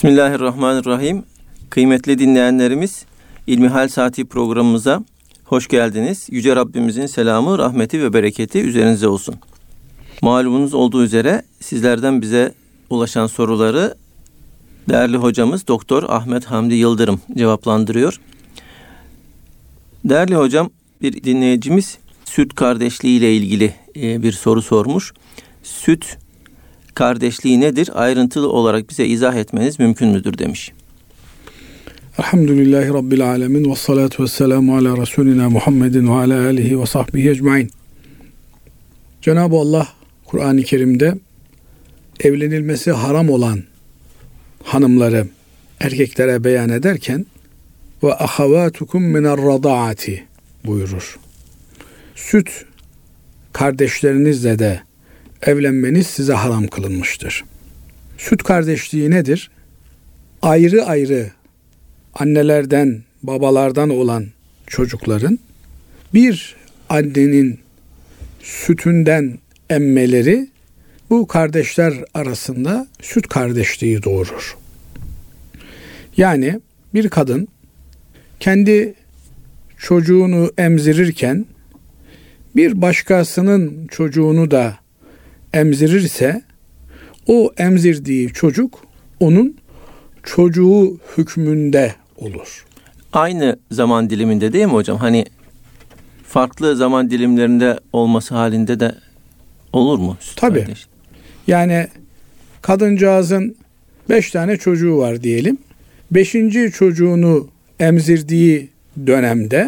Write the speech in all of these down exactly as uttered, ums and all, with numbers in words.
Bismillahirrahmanirrahim. Kıymetli dinleyenlerimiz, İlmihal Saati programımıza hoş geldiniz. Yüce Rabbimizin selamı, rahmeti ve bereketi üzerinize olsun. Malumunuz olduğu üzere sizlerden bize ulaşan soruları değerli hocamız Doktor Ahmet Hamdi Yıldırım cevaplandırıyor. Değerli hocam, bir dinleyicimiz süt kardeşliği ile ilgili bir soru sormuş. Süt kardeşliği nedir? Ayrıntılı olarak bize izah etmeniz mümkün müdür demiş. Elhamdülillahi Rabbil alemin ve salatu ve selamu ala Resulina Muhammedin ve ala alihi ve sahbihi ecmain. Cenab-ı Allah Kur'an-ı Kerim'de evlenilmesi haram olan hanımları erkeklere beyan ederken ve ahavatukum minerradaati buyurur. Süt kardeşlerinizle de evlenmeniz size haram kılınmıştır. Süt kardeşliği nedir? Ayrı ayrı annelerden, babalardan olan çocukların bir annenin sütünden emmeleri bu kardeşler arasında süt kardeşliği doğurur. Yani bir kadın kendi çocuğunu emzirirken bir başkasının çocuğunu da emzirirse o emzirdiği çocuk onun çocuğu hükmünde olur. Aynı zaman diliminde değil mi hocam? Hani farklı zaman dilimlerinde olması halinde de olur mu? Tabii. Kardeş? Yani kadıncağızın beş tane çocuğu var diyelim. Beşinci çocuğunu emzirdiği dönemde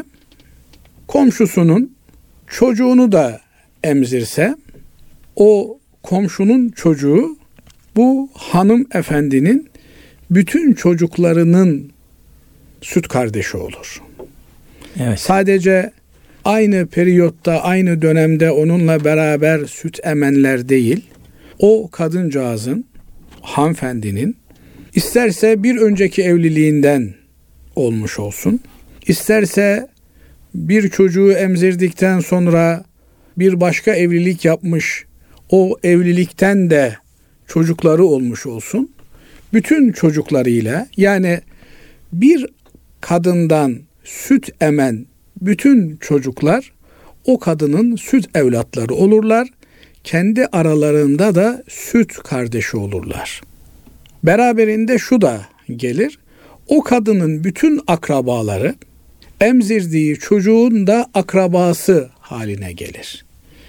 komşusunun çocuğunu da emzirse o komşunun çocuğu bu hanım efendinin bütün çocuklarının süt kardeşi olur. Evet. Sadece aynı periyotta, aynı dönemde onunla beraber süt emenler değil, o kadıncağızın, hanımefendinin isterse bir önceki evliliğinden olmuş olsun, isterse bir çocuğu emzirdikten sonra bir başka evlilik yapmış, o evlilikten de çocukları olmuş olsun, bütün çocuklarıyla, yani bir kadından süt emen bütün çocuklar o kadının süt evlatları olurlar. Kendi aralarında da süt kardeşi olurlar. Beraberinde şu da gelir. O kadının bütün akrabaları emzirdiği çocuğun da akrabası haline gelir.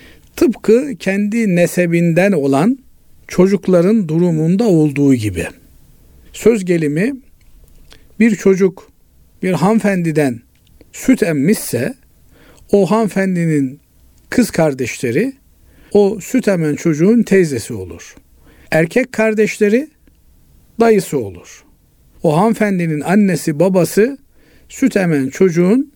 Tıpkı kendi nesebinden olan çocukların durumunda olduğu gibi. Söz gelimi bir çocuk bir hanımefendiden süt emmişse o hanımefendinin kız kardeşleri o süt emen çocuğun teyzesi olur. Erkek kardeşleri dayısı olur. O hanımefendinin annesi babası süt emen çocuğun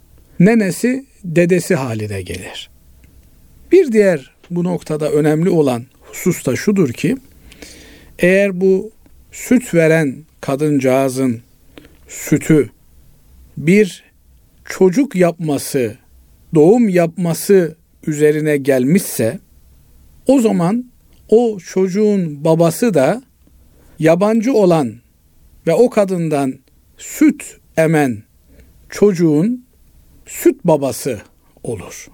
nenesi dedesi haline gelir. Bir diğer bu noktada önemli olan husus da şudur ki eğer bu süt veren kadıncağızın sütü bir çocuk yapması, doğum yapması üzerine gelmişse o zaman o çocuğun babası da yabancı olan ve o kadından süt emen çocuğun süt babası olur.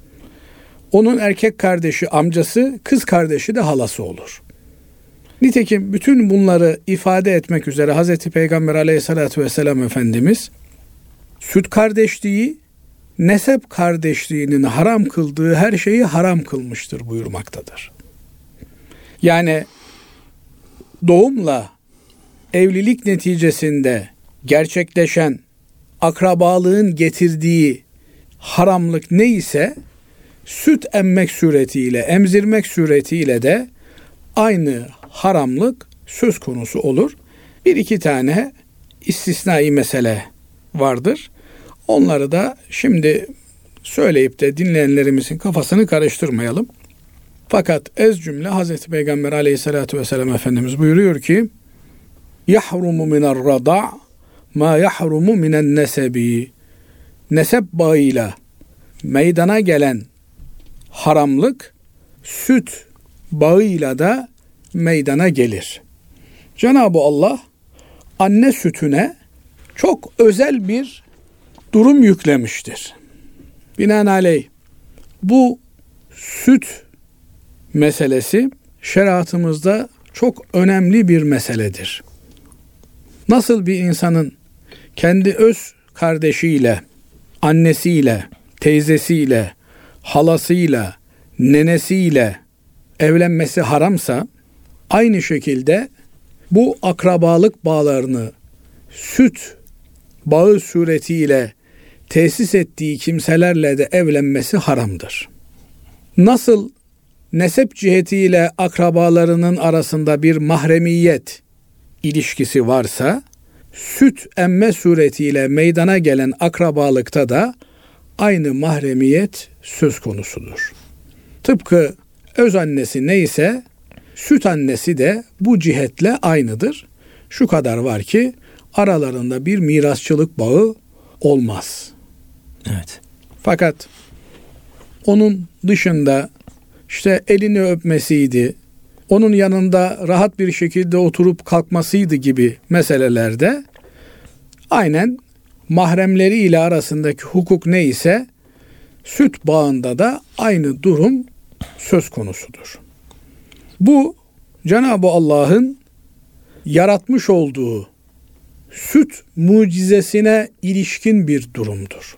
Onun erkek kardeşi amcası, kız kardeşi de halası olur. Nitekim bütün bunları ifade etmek üzere Hazreti Peygamber Aleyhisselatü Vesselam Efendimiz süt kardeşliği, nesep kardeşliğinin haram kıldığı her şeyi haram kılmıştır buyurmaktadır. Yani doğumla evlilik neticesinde gerçekleşen akrabalığın getirdiği haramlık neyse süt emmek suretiyle, emzirmek suretiyle de aynı haramlık söz konusu olur. Bir iki tane istisnai mesele vardır. Onları da şimdi söyleyip de dinleyenlerimizin kafasını karıştırmayalım. Fakat ez cümle Hazreti Peygamber Aleyhisselatü Vesselam Efendimiz buyuruyor ki yahrumu minerrada ma yahrumu minen nesebi. Nesep bağıyla meydana gelen haramlık süt bağıyla da meydana gelir. Cenab-ı Allah anne sütüne çok özel bir durum yüklemiştir. Binaenaleyh bu süt meselesi şeriatımızda çok önemli bir meseledir. Nasıl bir insanın kendi öz kardeşiyle, annesiyle, teyzesiyle, halasıyla, nenesiyle evlenmesi haramsa, aynı şekilde bu akrabalık bağlarını süt bağı suretiyle tesis ettiği kimselerle de evlenmesi haramdır. Nasıl nesep cihetiyle akrabalarının arasında bir mahremiyet ilişkisi varsa, süt emme suretiyle meydana gelen akrabalıkta da aynı mahremiyet söz konusudur. Tıpkı öz annesi neyse, süt annesi de bu cihetle aynıdır. Şu kadar var ki aralarında bir mirasçılık bağı olmaz. Evet. Fakat onun dışında işte elini öpmesiydi, onun yanında rahat bir şekilde oturup kalkmasıydı gibi meselelerde aynen mahremleri ile arasındaki hukuk neyse süt bağında da aynı durum söz konusudur. Bu Cenab-ı Allah'ın yaratmış olduğu süt mucizesine ilişkin bir durumdur.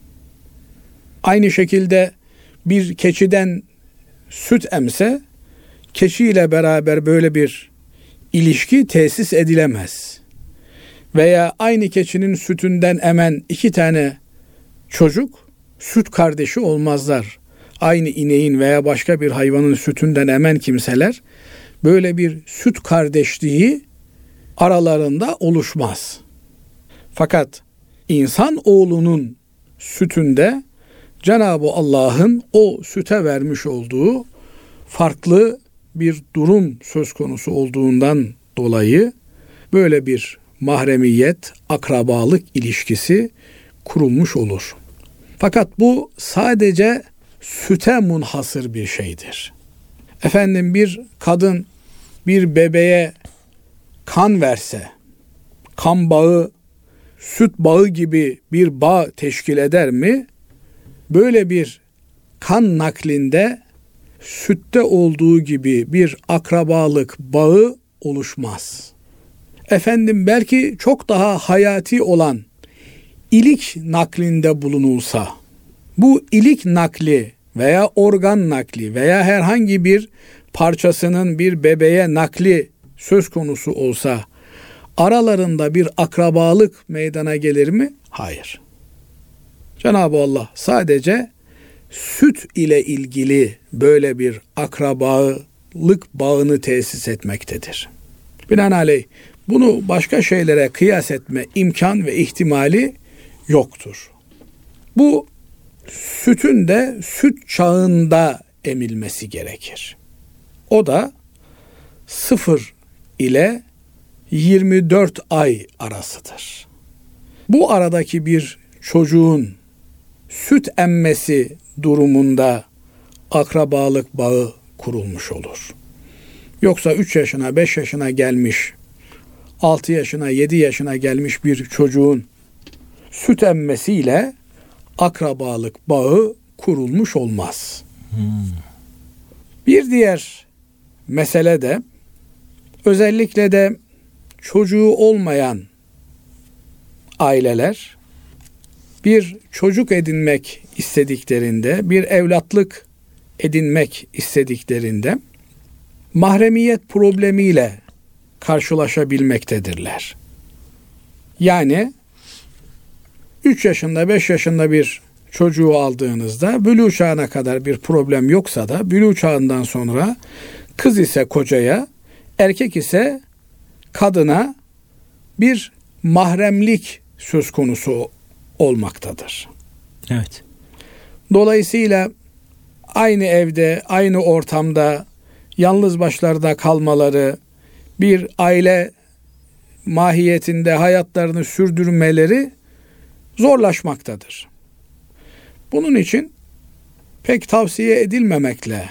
Aynı şekilde bir keçiden süt emse, keçiyle beraber böyle bir ilişki tesis edilemez. Veya aynı keçinin sütünden emen iki tane çocuk süt kardeşi olmazlar. Aynı ineğin veya başka bir hayvanın sütünden emen kimseler böyle bir süt kardeşliği aralarında oluşmaz. Fakat insan oğlunun sütünde Cenab-ı Allah'ın o süte vermiş olduğu farklı bir durum söz konusu olduğundan dolayı böyle bir mahremiyet, akrabalık ilişkisi kurulmuş olur. Fakat bu sadece süte munhasır bir şeydir. Efendim bir kadın bir bebeğe kan verse, kan bağı, süt bağı gibi bir bağ teşkil eder mi? Böyle bir kan naklinde sütte olduğu gibi bir akrabalık bağı oluşmaz. Efendim belki çok daha hayati olan ilik naklinde bulunulsa, bu ilik nakli veya organ nakli veya herhangi bir parçasının bir bebeğe nakli söz konusu olsa, aralarında bir akrabalık meydana gelir mi? Hayır. Cenab-ı Allah sadece süt ile ilgili böyle bir akrabalık bağını tesis etmektedir. Binaenaleyh bunu başka şeylere kıyas etme imkan ve ihtimali yoktur. Bu sütün de süt çağında emilmesi gerekir. O da sıfır ile yirmi dört ay arasıdır. Bu aradaki bir çocuğun süt emmesi durumunda akrabalık bağı kurulmuş olur. Yoksa üç yaşına, beş yaşına gelmiş, altı yaşına, yedi yaşına gelmiş bir çocuğun süt emmesiyle akrabalık bağı kurulmuş olmaz. Hmm. Bir diğer mesele de özellikle de çocuğu olmayan aileler bir çocuk edinmek istediklerinde, bir evlatlık edinmek istediklerinde mahremiyet problemiyle karşılaşabilmektedirler. Yani üç yaşında, beş yaşında bir çocuğu aldığınızda bülûğ çağına kadar bir problem yoksa da bülûğ çağından sonra kız ise kocaya, erkek ise kadına bir mahremlik söz konusu olmaktadır. Evet. Dolayısıyla aynı evde, aynı ortamda yalnız başlarına kalmaları, bir aile mahiyetinde hayatlarını sürdürmeleri zorlaşmaktadır. Bunun için pek tavsiye edilmemekle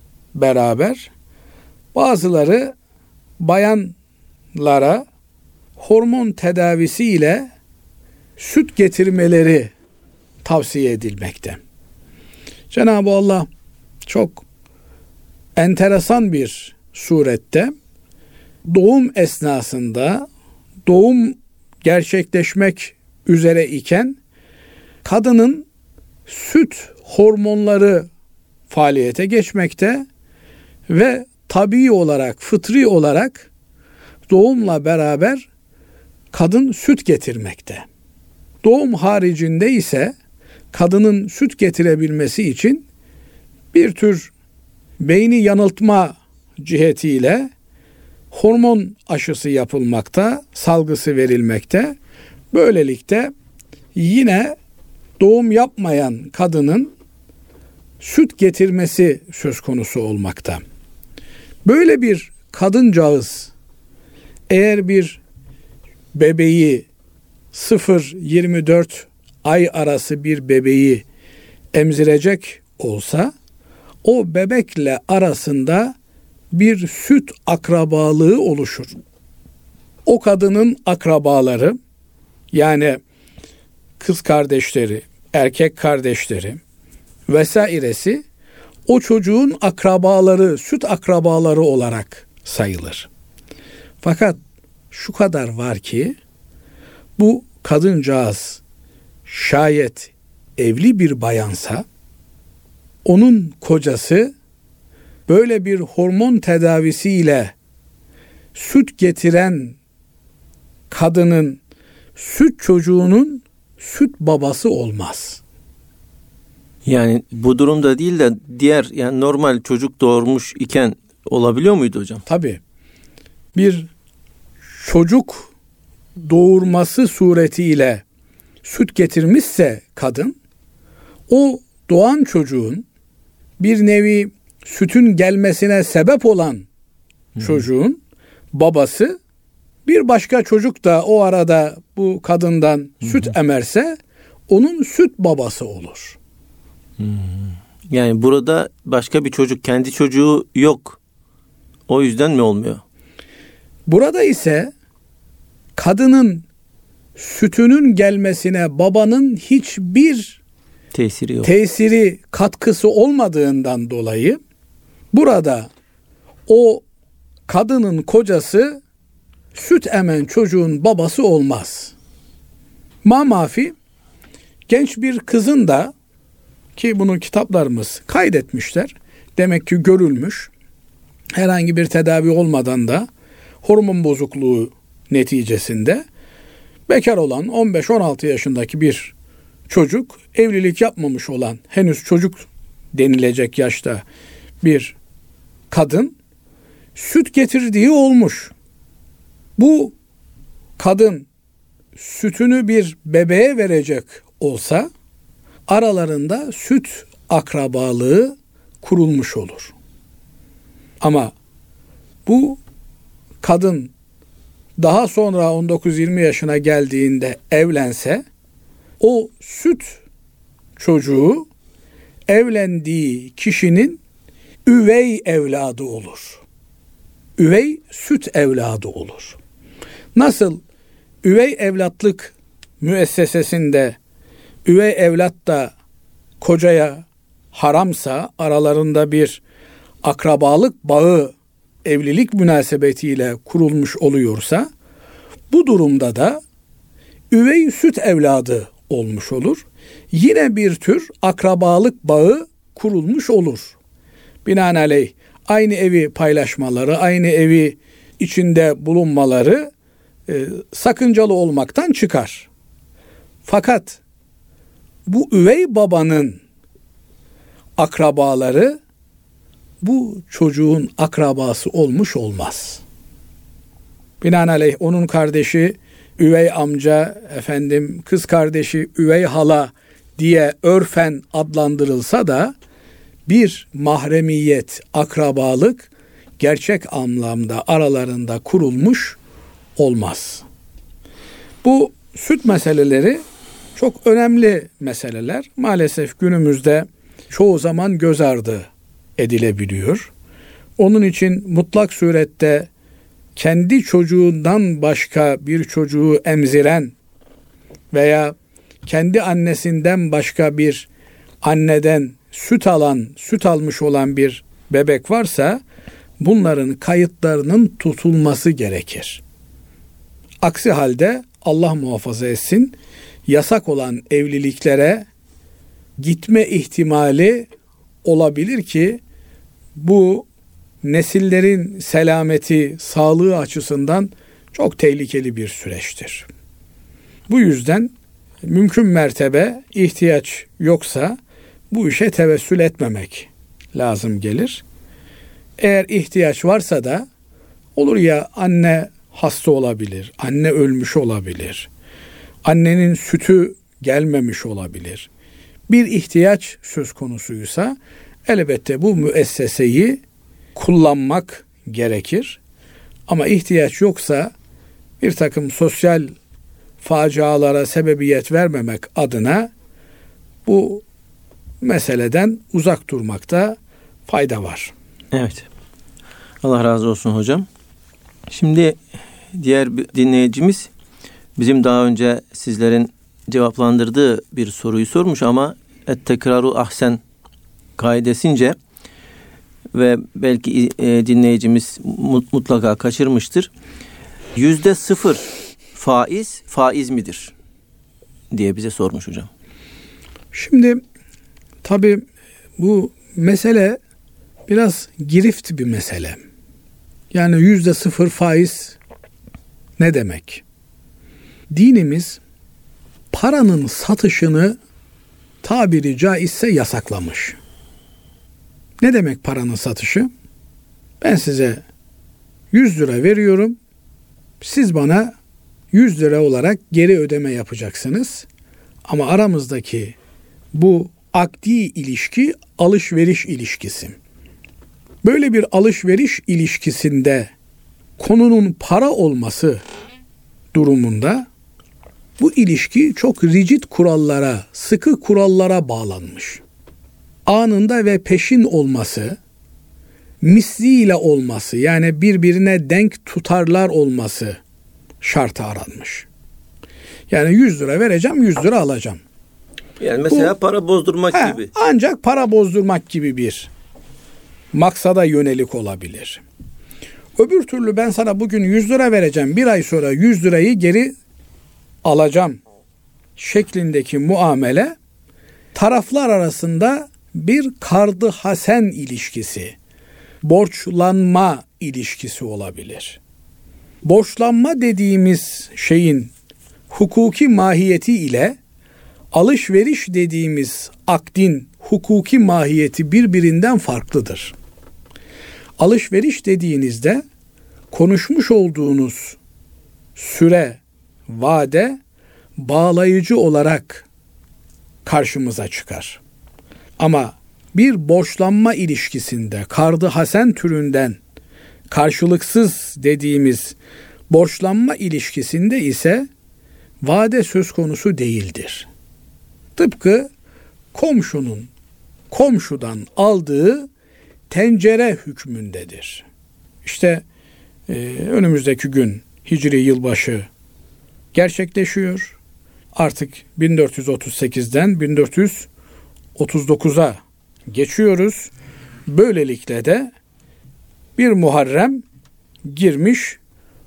beraber bazıları bayanlara hormon tedavisiyle süt getirmeleri tavsiye edilmekte. Cenab-ı Allah çok enteresan bir surette doğum esnasında doğum gerçekleşmek üzere iken kadının süt hormonları faaliyete geçmekte ve tabii olarak, fıtri olarak doğumla beraber kadın süt getirmekte. Doğum haricinde ise kadının süt getirebilmesi için bir tür beyni yanıltma cihetiyle hormon aşısı yapılmakta, salgısı verilmekte. Böylelikle yine doğum yapmayan kadının süt getirmesi söz konusu olmakta. Böyle bir kadıncağız eğer bir bebeği sıfır yirmi dört ay arası bir bebeği emzirecek olsa o bebekle arasında bir süt akrabalığı oluşur. O kadının akrabaları yani kız kardeşleri, erkek kardeşleri vesairesi o çocuğun akrabaları, süt akrabaları olarak sayılır. Fakat şu kadar var ki bu kadıncağız şayet evli bir bayansa onun kocası böyle bir hormon tedavisiyle süt getiren kadının süt çocuğunun süt babası olmaz. Yani bu durumda değil de diğer yani normal çocuk doğurmuş iken olabiliyor muydu hocam? Tabii. Bir çocuk doğurması suretiyle süt getirmişse kadın, o doğan çocuğun bir nevi sütün gelmesine sebep olan çocuğun hmm. babası bir başka çocuk da o arada bu kadından hmm. süt emerse onun süt babası olur. Hmm. Yani burada başka bir çocuk, kendi çocuğu yok. O yüzden mi olmuyor? Burada ise kadının sütünün gelmesine babanın hiçbir tesiri yok. Tesiri, katkısı olmadığından dolayı burada o kadının kocası süt emen çocuğun babası olmaz. Mamafi genç bir kızın da, ki bunu kitaplarımız kaydetmişler, demek ki görülmüş, herhangi bir tedavi olmadan da hormon bozukluğu neticesinde bekar olan on beş on altı yaşındaki bir çocuk, evlilik yapmamış olan henüz çocuk denilecek yaşta bir kadın süt getirdiği olmuş. Bu kadın sütünü bir bebeğe verecek olsa aralarında süt akrabalığı kurulmuş olur. Ama bu kadın daha sonra on dokuz yirmi yaşına geldiğinde evlense o süt çocuğu evlendiği kişinin üvey evladı olur. Üvey süt evladı olur. Nasıl üvey evlatlık müessesesinde üvey evlat da kocaya haramsa, aralarında bir akrabalık bağı evlilik münasebetiyle kurulmuş oluyorsa, bu durumda da üvey süt evladı olmuş olur. Yine bir tür akrabalık bağı kurulmuş olur. Binaenaleyh aynı evi paylaşmaları, aynı evi içinde bulunmaları e, sakıncalı olmaktan çıkar. Fakat bu üvey babanın akrabaları bu çocuğun akrabası olmuş olmaz. Binaenaleyh onun kardeşi üvey amca, efendim kız kardeşi üvey hala diye örfen adlandırılsa da bir mahremiyet, akrabalık gerçek anlamda aralarında kurulmuş olmaz. Bu süt meseleleri çok önemli meseleler. Maalesef günümüzde çoğu zaman göz ardı edilebiliyor. Onun için mutlak surette kendi çocuğundan başka bir çocuğu emziren veya kendi annesinden başka bir anneden süt alan, süt almış olan bir bebek varsa bunların kayıtlarının tutulması gerekir. Aksi halde Allah muhafaza etsin, yasak olan evliliklere gitme ihtimali olabilir ki bu nesillerin selameti, sağlığı açısından çok tehlikeli bir süreçtir. Bu yüzden mümkün mertebe ihtiyaç yoksa bu işe tevessül etmemek lazım gelir. Eğer ihtiyaç varsa da olur ya, anne hasta olabilir, anne ölmüş olabilir, annenin sütü gelmemiş olabilir. Bir ihtiyaç söz konusuysa elbette bu müesseseyi kullanmak gerekir. Ama ihtiyaç yoksa bir takım sosyal facialara sebebiyet vermemek adına bu meseleden uzak durmakta fayda var. Evet. Allah razı olsun hocam. Şimdi diğer bir dinleyicimiz bizim daha önce sizlerin cevaplandırdığı bir soruyu sormuş ama et-tekraru ahsen kaidesince ve belki e, dinleyicimiz mutlaka kaçırmıştır. Yüzde sıfır faiz, faiz midir diye bize sormuş hocam. Şimdi tabii bu mesele biraz girift bir mesele. Yani yüzde sıfır faiz ne demek? Dinimiz paranın satışını tabiri caizse yasaklamış. Ne demek paranın satışı? Ben size yüz lira veriyorum. Siz bana yüz lira olarak geri ödeme yapacaksınız. Ama aramızdaki bu akdi ilişki alışveriş ilişkisi. Böyle bir alışveriş ilişkisinde konunun para olması durumunda bu ilişki çok rigid kurallara, sıkı kurallara bağlanmış. Anında ve peşin olması, misliyle olması, yani birbirine denk tutarlar olması şartı aranmış. Yani yüz lira vereceğim, yüz lira alacağım. Yani mesela bu, para bozdurmak he, gibi. Ancak para bozdurmak gibi bir maksada yönelik olabilir. Öbür türlü ben sana bugün yüz lira vereceğim, bir ay sonra yüz lirayı geri alacağım şeklindeki muamele taraflar arasında bir kardı hasen ilişkisi, borçlanma ilişkisi olabilir. Borçlanma dediğimiz şeyin hukuki mahiyeti ile alışveriş dediğimiz akdin hukuki mahiyeti birbirinden farklıdır. Alışveriş dediğinizde konuşmuş olduğunuz süre, vade bağlayıcı olarak karşımıza çıkar. Ama bir borçlanma ilişkisinde kardı hasen türünden karşılıksız dediğimiz borçlanma ilişkisinde ise vade söz konusu değildir. Tıpkı komşunun komşudan aldığı tencere hükmündedir. İşte e, önümüzdeki gün Hicri yılbaşı gerçekleşiyor. Artık bin dört yüz otuz sekizden bin dört yüz otuz dokuza geçiyoruz. Böylelikle de bir Muharrem girmiş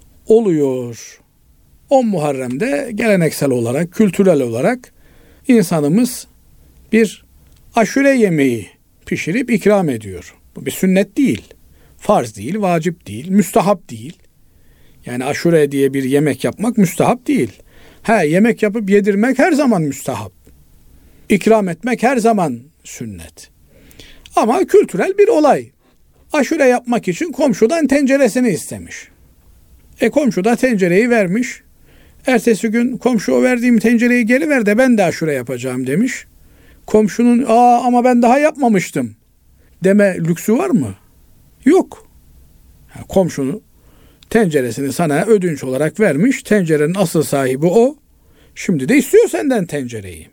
oluyor. O Muharrem'de geleneksel olarak, kültürel olarak insanımız bir aşure yemeği pişirip ikram ediyor. Bu bir sünnet değil, farz değil, vacip değil, müstahap değil. Yani aşure diye bir yemek yapmak müstahap değil. Ha, yemek yapıp yedirmek her zaman müstahap. İkram etmek her zaman sünnet. Ama kültürel bir olay. Aşure yapmak için komşudan tenceresini istemiş. E komşu da tencereyi vermiş. Ertesi gün komşu o verdiğim tencereyi geri ver de ben de aşure yapacağım demiş. Komşunun aa ama ben daha yapmamıştım deme lüksü var mı? Yok. Yani komşunun tenceresini sana ödünç olarak vermiş. Tencerenin asıl sahibi o. Şimdi de istiyor senden tencereyi.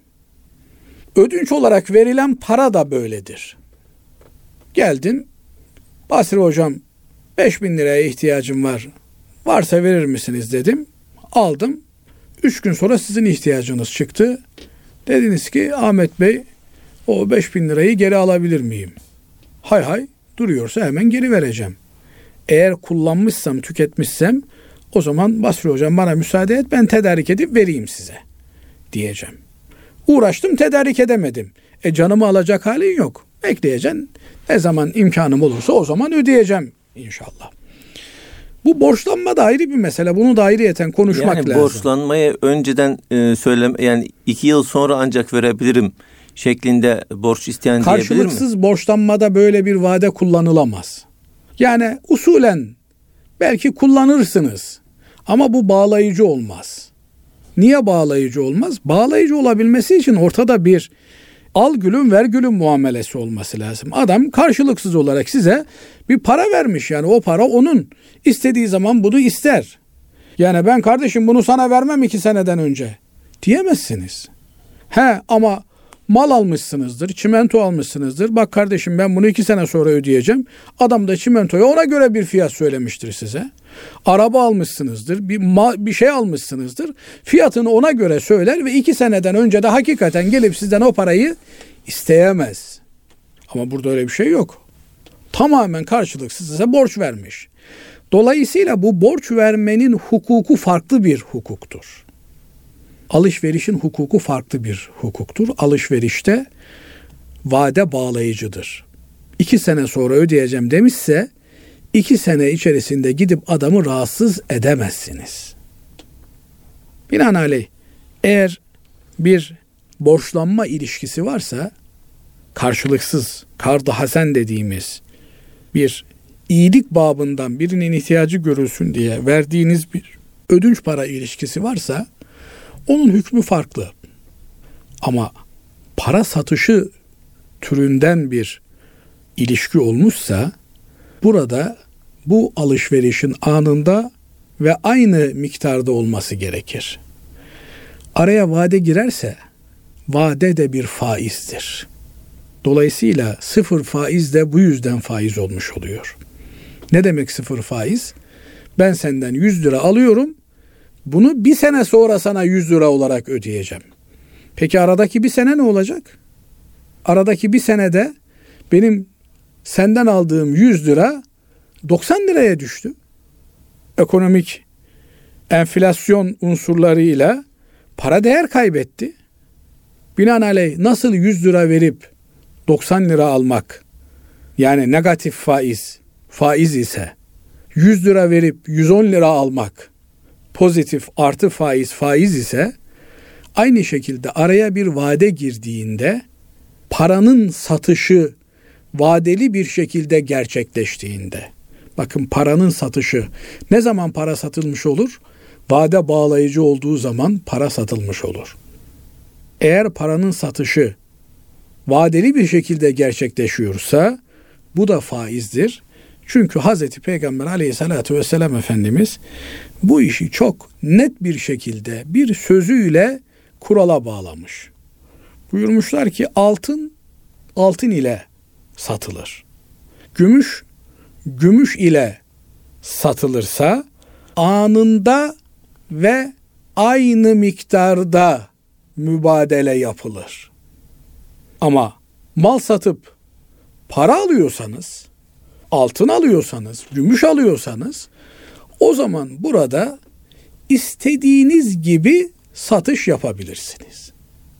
Ödünç olarak verilen para da böyledir. Geldin, Basri hocam beş bin liraya ihtiyacım var. Varsa verir misiniz dedim. Aldım. Üç gün sonra sizin ihtiyacınız çıktı. Dediniz ki Ahmet Bey o beş bin lirayı geri alabilir miyim? Hay hay, duruyorsa hemen geri vereceğim. Eğer kullanmışsam, tüketmişsem o zaman Basri Hocam bana müsaade et, ben tedarik edip vereyim size diyeceğim. Uğraştım, tedarik edemedim. E canımı alacak halin yok. Bekleyeceksin. Ne zaman imkanım olursa o zaman ödeyeceğim inşallah. Bu borçlanma da ayrı bir mesele. Bunu da ayrıyeten konuşmak yani lazım. Yani borçlanmayı önceden e, söyleme, yani iki yıl sonra ancak verebilirim şeklinde borç isteyen diyebilir mi? Karşılıksız borçlanmada böyle bir vade kullanılamaz. Yani usulen belki kullanırsınız ama bu bağlayıcı olmaz. Niye bağlayıcı olmaz? Bağlayıcı olabilmesi için ortada bir al gülüm ver gülüm muamelesi olması lazım. Adam karşılıksız olarak size bir para vermiş, yani o para onun. İstediği zaman bunu ister. Yani ben kardeşim bunu sana vermem iki seneden önce diyemezsiniz. He ama mal almışsınızdır, çimento almışsınızdır. Bak kardeşim ben bunu iki sene sonra ödeyeceğim. Adam da çimentoya ona göre bir fiyat söylemiştir size. Araba almışsınızdır, bir, ma- bir şey almışsınızdır. Fiyatını ona göre söyler ve iki seneden önce de hakikaten gelip sizden o parayı isteyemez. Ama burada öyle bir şey yok. Tamamen karşılıksız size borç vermiş. Dolayısıyla bu borç vermenin hukuku farklı bir hukuktur. Alışverişin hukuku farklı bir hukuktur. Alışverişte vade bağlayıcıdır. İki sene sonra ödeyeceğim demişse iki sene içerisinde gidip adamı rahatsız edemezsiniz. Binaenaleyh eğer bir borçlanma ilişkisi varsa karşılıksız, kard-ı hasen dediğimiz bir iyilik babından birinin ihtiyacı görülsün diye verdiğiniz bir ödünç para ilişkisi varsa onun hükmü farklı. Ama para satışı türünden bir ilişki olmuşsa burada bu alışverişin anında ve aynı miktarda olması gerekir. Araya vade girerse vade de bir faizdir. Dolayısıyla sıfır faiz de bu yüzden faiz olmuş oluyor. Ne demek sıfır faiz? Ben senden yüz lira alıyorum. Bunu bir sene sonra sana yüz lira olarak ödeyeceğim. Peki aradaki bir sene ne olacak? Aradaki bir senede benim senden aldığım yüz lira doksan liraya düştü. Ekonomik enflasyon unsurlarıyla para değer kaybetti. Binaenaleyh nasıl yüz lira verip doksan lira almak, yani negatif faiz, faiz ise yüz lira verip yüz on lira almak, pozitif artı faiz, faiz ise aynı şekilde araya bir vade girdiğinde paranın satışı vadeli bir şekilde gerçekleştiğinde, bakın paranın satışı ne zaman para satılmış olur? Vade bağlayıcı olduğu zaman para satılmış olur. Eğer paranın satışı vadeli bir şekilde gerçekleşiyorsa bu da faizdir. Çünkü Hazreti Peygamber Aleyhisselatü Vesselam Efendimiz bu işi çok net bir şekilde bir sözüyle kurala bağlamış. Buyurmuşlar ki altın altın ile satılır. Gümüş gümüş ile satılırsa anında ve aynı miktarda mübadele yapılır. Ama mal satıp para alıyorsanız, altın alıyorsanız, gümüş alıyorsanız o zaman burada istediğiniz gibi satış yapabilirsiniz.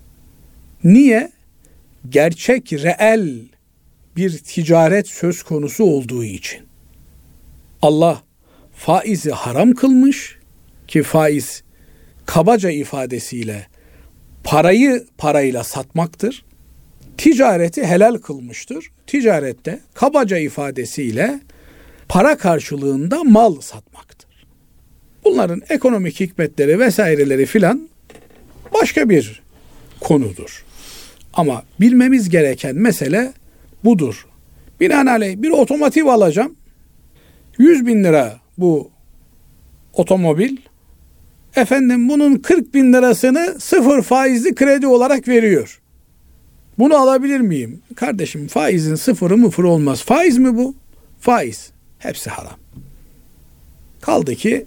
Niye? Gerçek, reel bir ticaret söz konusu olduğu için. Allah faizi haram kılmış ki faiz kabaca ifadesiyle parayı parayla satmaktır. Ticareti helal kılmıştır. Ticarette kabaca ifadesiyle para karşılığında mal satmaktır. Bunların ekonomik hikmetleri vesaireleri filan başka bir konudur. Ama bilmemiz gereken mesele budur. Binaenaleyh bir otomotiv alacağım. yüz bin lira bu otomobil. Efendim bunun kırk bin lirasını sıfır faizli kredi olarak veriyor. Bunu alabilir miyim? Kardeşim faizin sıfırı mıfır olmaz. Faiz mi bu? Faiz. Hepsi haram. Kaldı ki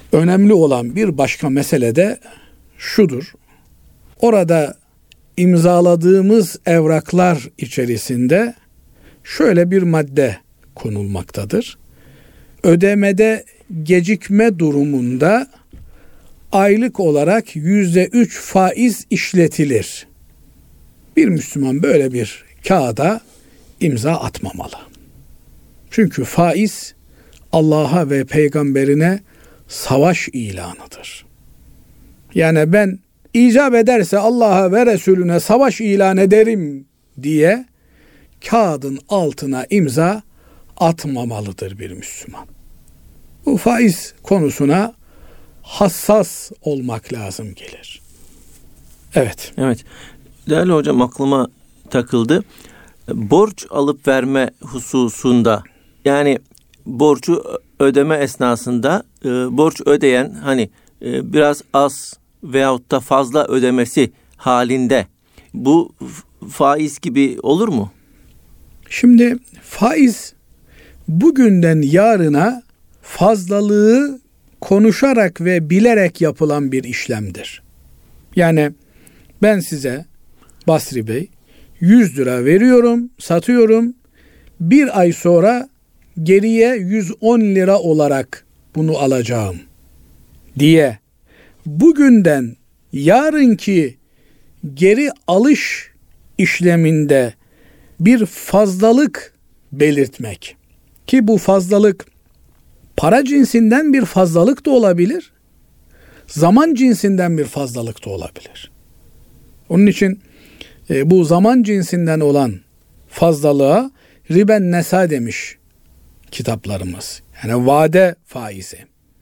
önemli olan bir başka mesele de şudur. Orada imzaladığımız evraklar içerisinde şöyle bir madde konulmaktadır. Ödemede gecikme durumunda aylık olarak yüzde üç faiz işletilir. Bir Müslüman böyle bir kağıda imza atmamalı. Çünkü faiz Allah'a ve peygamberine savaş ilanıdır. Yani ben icap ederse Allah'a ve Resulüne savaş ilan ederim diye kağıdın altına imza atmamalıdır bir Müslüman. Bu faiz konusuna hassas olmak lazım gelir. Evet. Evet. Değerli hocam, aklıma takıldı. Borç alıp verme hususunda, yani borcu ödeme esnasında e, borç ödeyen hani e, biraz az veyahut da fazla ödemesi halinde bu faiz gibi olur mu? Şimdi faiz bugünden yarına fazlalığı konuşarak ve bilerek yapılan bir işlemdir. Yani ben size Basri Bey yüz lira veriyorum, satıyorum. Bir ay sonra geriye yüz on lira olarak bunu alacağım diye bugünden yarınki geri alış işleminde bir fazlalık belirtmek, ki bu fazlalık para cinsinden bir fazlalık da olabilir, zaman cinsinden bir fazlalık da olabilir. Onun için e, bu zaman cinsinden olan fazlalığa riben nesa demiş kitaplarımız. Yani vade faizi.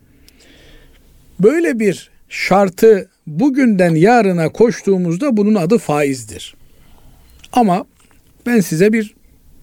Böyle bir şartı bugünden yarına koştuğumuzda bunun adı faizdir. Ama ben size bir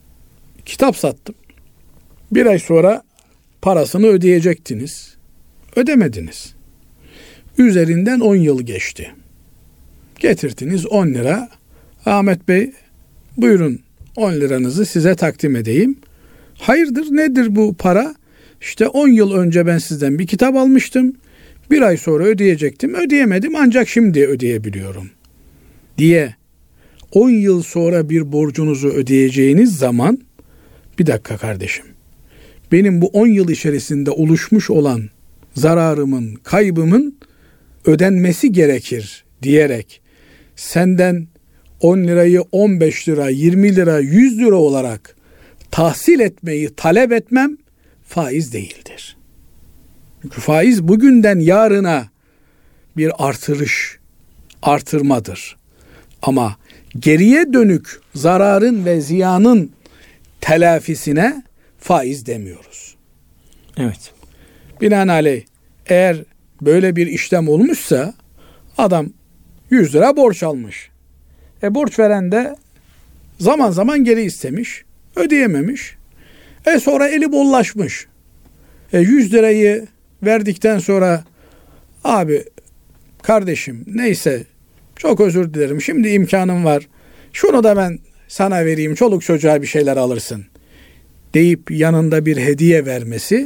kitap sattım. Bir ay sonra parasını ödeyecektiniz. Ödemediniz. Üzerinden on yıl geçti. Getirdiniz on lira. Ahmet Bey buyurun on liranızı size takdim edeyim. Hayırdır, nedir bu para? İşte on yıl önce ben sizden bir kitap almıştım. Bir ay sonra ödeyecektim. Ödeyemedim, ancak şimdi ödeyebiliyorum diye on yıl sonra bir borcunuzu ödeyeceğiniz zaman, bir dakika kardeşim, benim bu on yıl içerisinde oluşmuş olan zararımın, kaybımın ödenmesi gerekir diyerek senden on lirayı on beş lira, yirmi lira, yüz lira olarak tahsil etmeyi talep etmem faiz değildir. Çünkü faiz bugünden yarına bir artırış, artırmadır. Ama geriye dönük zararın ve ziyanın telafisine faiz demiyoruz. Evet. Binaenaleyh eğer böyle bir işlem olmuşsa adam yüz lira borç almış. E borç veren de zaman zaman geri istemiş, ödeyememiş. E sonra eli bollaşmış. E yüz lirayı verdikten sonra abi kardeşim neyse çok özür dilerim, şimdi imkanım var, şunu da ben sana vereyim, çoluk çocuğa bir şeyler alırsın deyip yanında bir hediye vermesi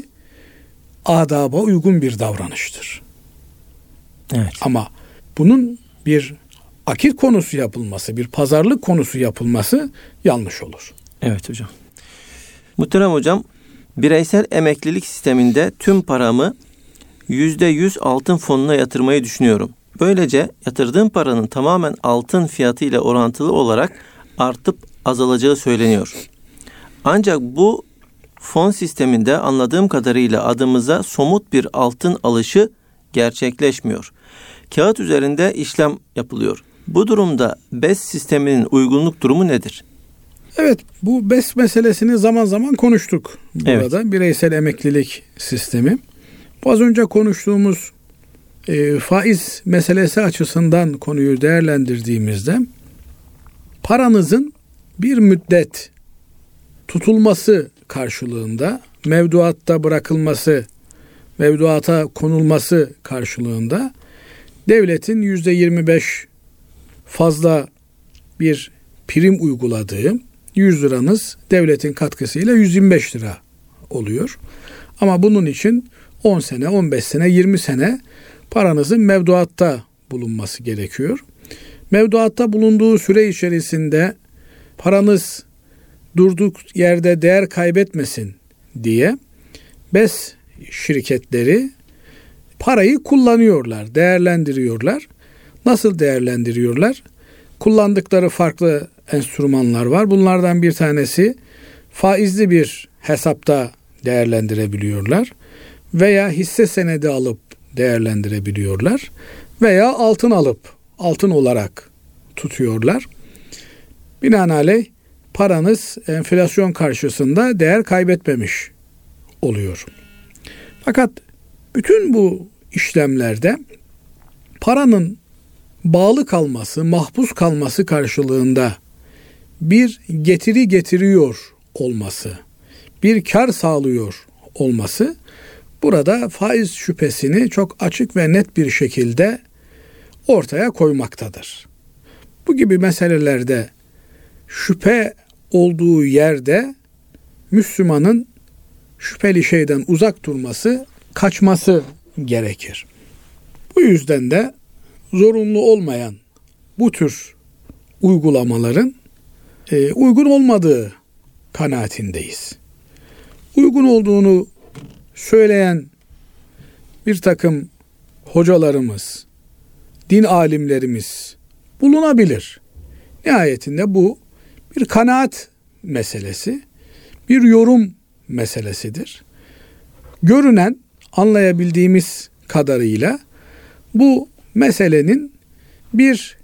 adaba uygun bir davranıştır. Evet. Ama bunun bir akit konusu yapılması, bir pazarlık konusu yapılması yanlış olur. Evet hocam. Muhterem hocam, bireysel emeklilik sisteminde tüm paramı yüzde yüz altın fonuna yatırmayı düşünüyorum. Böylece yatırdığım paranın tamamen altın fiyatı ile orantılı olarak artıp azalacağı söyleniyor. Ancak bu fon sisteminde anladığım kadarıyla adımıza somut bir altın alışı gerçekleşmiyor. Kağıt üzerinde işlem yapılıyor. Bu durumda B E S sisteminin uygunluk durumu nedir? Evet, bu B E S meselesini zaman zaman konuştuk burada. Evet. Bireysel emeklilik sistemi. Bu az önce konuştuğumuz e, faiz meselesi açısından konuyu değerlendirdiğimizde paranızın bir müddet tutulması karşılığında, mevduatta bırakılması, mevduata konulması karşılığında devletin yüzde yirmi beş fazla bir prim uyguladığı, yüz liranız devletin katkısıyla yüz yirmi beş lira oluyor. Ama bunun için on sene, on beş sene, yirmi sene paranızın mevduatta bulunması gerekiyor. Mevduatta bulunduğu süre içerisinde paranız durduk yerde değer kaybetmesin diye B E S şirketleri parayı kullanıyorlar, değerlendiriyorlar. Nasıl değerlendiriyorlar? Kullandıkları farklı enstrümanlar var. Bunlardan bir tanesi faizli bir hesapta değerlendirebiliyorlar veya hisse senedi alıp değerlendirebiliyorlar veya altın alıp altın olarak tutuyorlar. Binaenaleyh paranız enflasyon karşısında değer kaybetmemiş oluyor. Fakat bütün bu işlemlerde paranın bağlı kalması, mahpus kalması karşılığında bir getiri getiriyor olması, bir kar sağlıyor olması burada faiz şüphesini çok açık ve net bir şekilde ortaya koymaktadır. Bu gibi meselelerde şüphe olduğu yerde Müslümanın şüpheli şeyden uzak durması, kaçması gerekir. Bu yüzden de zorunlu olmayan bu tür uygulamaların e, uygun olmadığı kanaatindeyiz. Uygun olduğunu söyleyen bir takım hocalarımız, din alimlerimiz bulunabilir. Nihayetinde bu bir kanaat meselesi, bir yorum meselesidir. Görünen, anlayabildiğimiz kadarıyla bu meselenin bir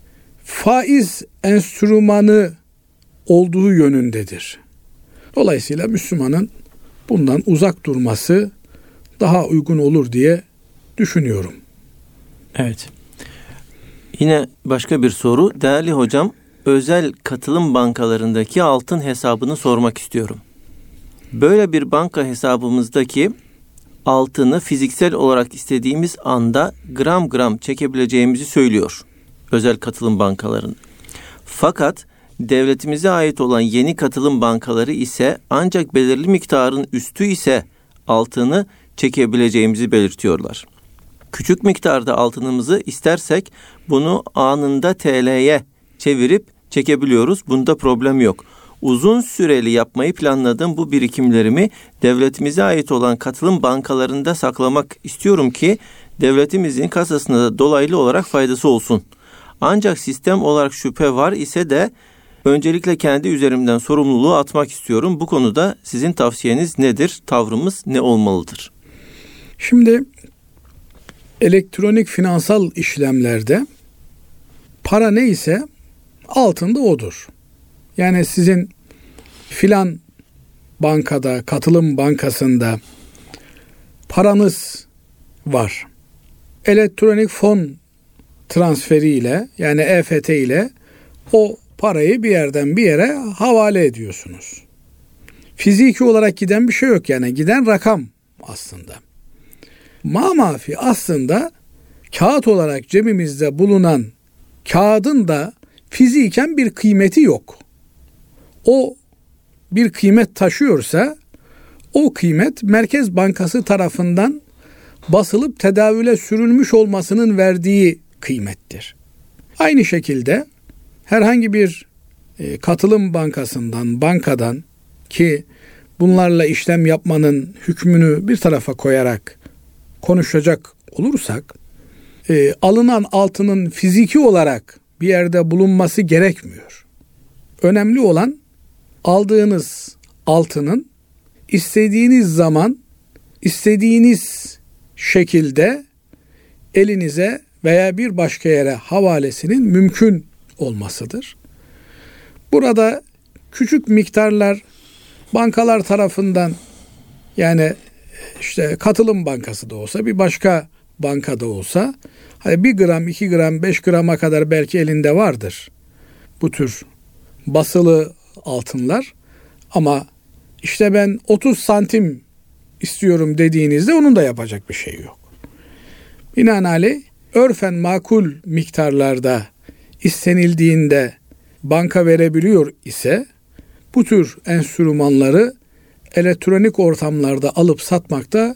faiz enstrümanı olduğu yönündedir. Dolayısıyla Müslümanın bundan uzak durması daha uygun olur diye düşünüyorum. Evet. Yine başka bir soru. Değerli hocam, özel katılım bankalarındaki altın hesabını sormak istiyorum. Böyle bir banka hesabımızdaki altını fiziksel olarak istediğimiz anda gram gram çekebileceğimizi söylüyor özel katılım bankalarında. Fakat devletimize ait olan yeni katılım bankaları ise ancak belirli miktarın üstü ise altını çekebileceğimizi belirtiyorlar. Küçük miktarda altınımızı istersek bunu anında T L'ye çevirip çekebiliyoruz. Bunda problem yok. Uzun süreli yapmayı planladığım bu birikimlerimi devletimize ait olan katılım bankalarında saklamak istiyorum ki devletimizin kasasına da dolaylı olarak faydası olsun. Ancak sistem olarak şüphe var ise de öncelikle kendi üzerimden sorumluluğu atmak istiyorum. Bu konuda sizin tavsiyeniz nedir? Tavrımız ne olmalıdır? Şimdi elektronik finansal işlemlerde para neyse altında odur. Yani sizin filan bankada, katılım bankasında paranız var. Elektronik fon transferiyle yani E F T ile o parayı bir yerden bir yere havale ediyorsunuz. Fiziki olarak giden bir şey yok, yani giden rakam aslında. Mamafi aslında kağıt olarak cebimizde bulunan kağıdın da fiziken bir kıymeti yok. O bir kıymet taşıyorsa o kıymet Merkez Bankası tarafından basılıp tedavüle sürülmüş olmasının verdiği kıymettir. Aynı şekilde herhangi bir e, katılım bankasından, bankadan ki bunlarla işlem yapmanın hükmünü bir tarafa koyarak konuşacak olursak e, alınan altının fiziki olarak bir yerde bulunması gerekmiyor. Önemli olan aldığınız altının istediğiniz zaman, istediğiniz şekilde elinize veya bir başka yere havalesinin mümkün olmasıdır. Burada küçük miktarlar bankalar tarafından, yani işte katılım bankası da olsa, bir başka bankada olsa, hani bir gram, iki gram, beş grama kadar belki elinde vardır bu tür basılı altınlar. Ama işte ben otuz santim istiyorum dediğinizde onun da yapacak bir şey yok. Binaenaleyh örfen makul miktarlarda istenildiğinde banka verebiliyor ise bu tür enstrümanları elektronik ortamlarda alıp satmakta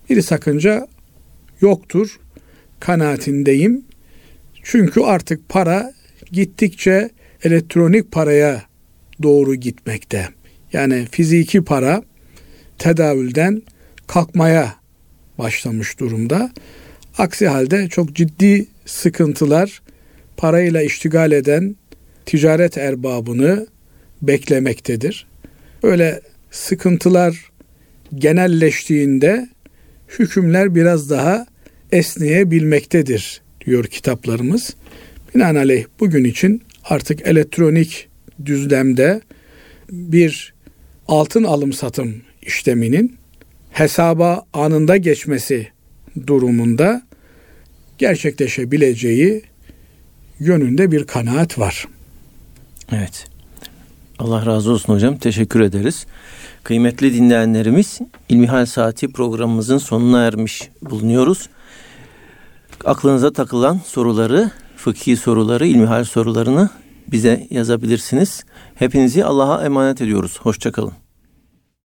bir sakınca yoktur kanaatindeyim. Çünkü artık para gittikçe elektronik paraya doğru gitmekte. Yani fiziki para tedavülden kalkmaya başlamış durumda. Aksi halde çok ciddi sıkıntılar parayla iştigal eden ticaret erbabını beklemektedir. Böyle sıkıntılar genelleştiğinde hükümler biraz daha esneyebilmektedir diyor kitaplarımız. Binaenaleyh bugün için artık elektronik düzlemde bir altın alım satım işleminin hesaba anında geçmesi durumunda gerçekleşebileceği yönünde bir kanaat var. Evet. Allah razı olsun hocam. Teşekkür ederiz. Kıymetli dinleyenlerimiz, İlmihal Saati programımızın sonuna ermiş bulunuyoruz. Aklınıza takılan soruları, fıkhi soruları, ilmihal sorularını bize yazabilirsiniz. Hepinizi Allah'a emanet ediyoruz. Hoşça kalın.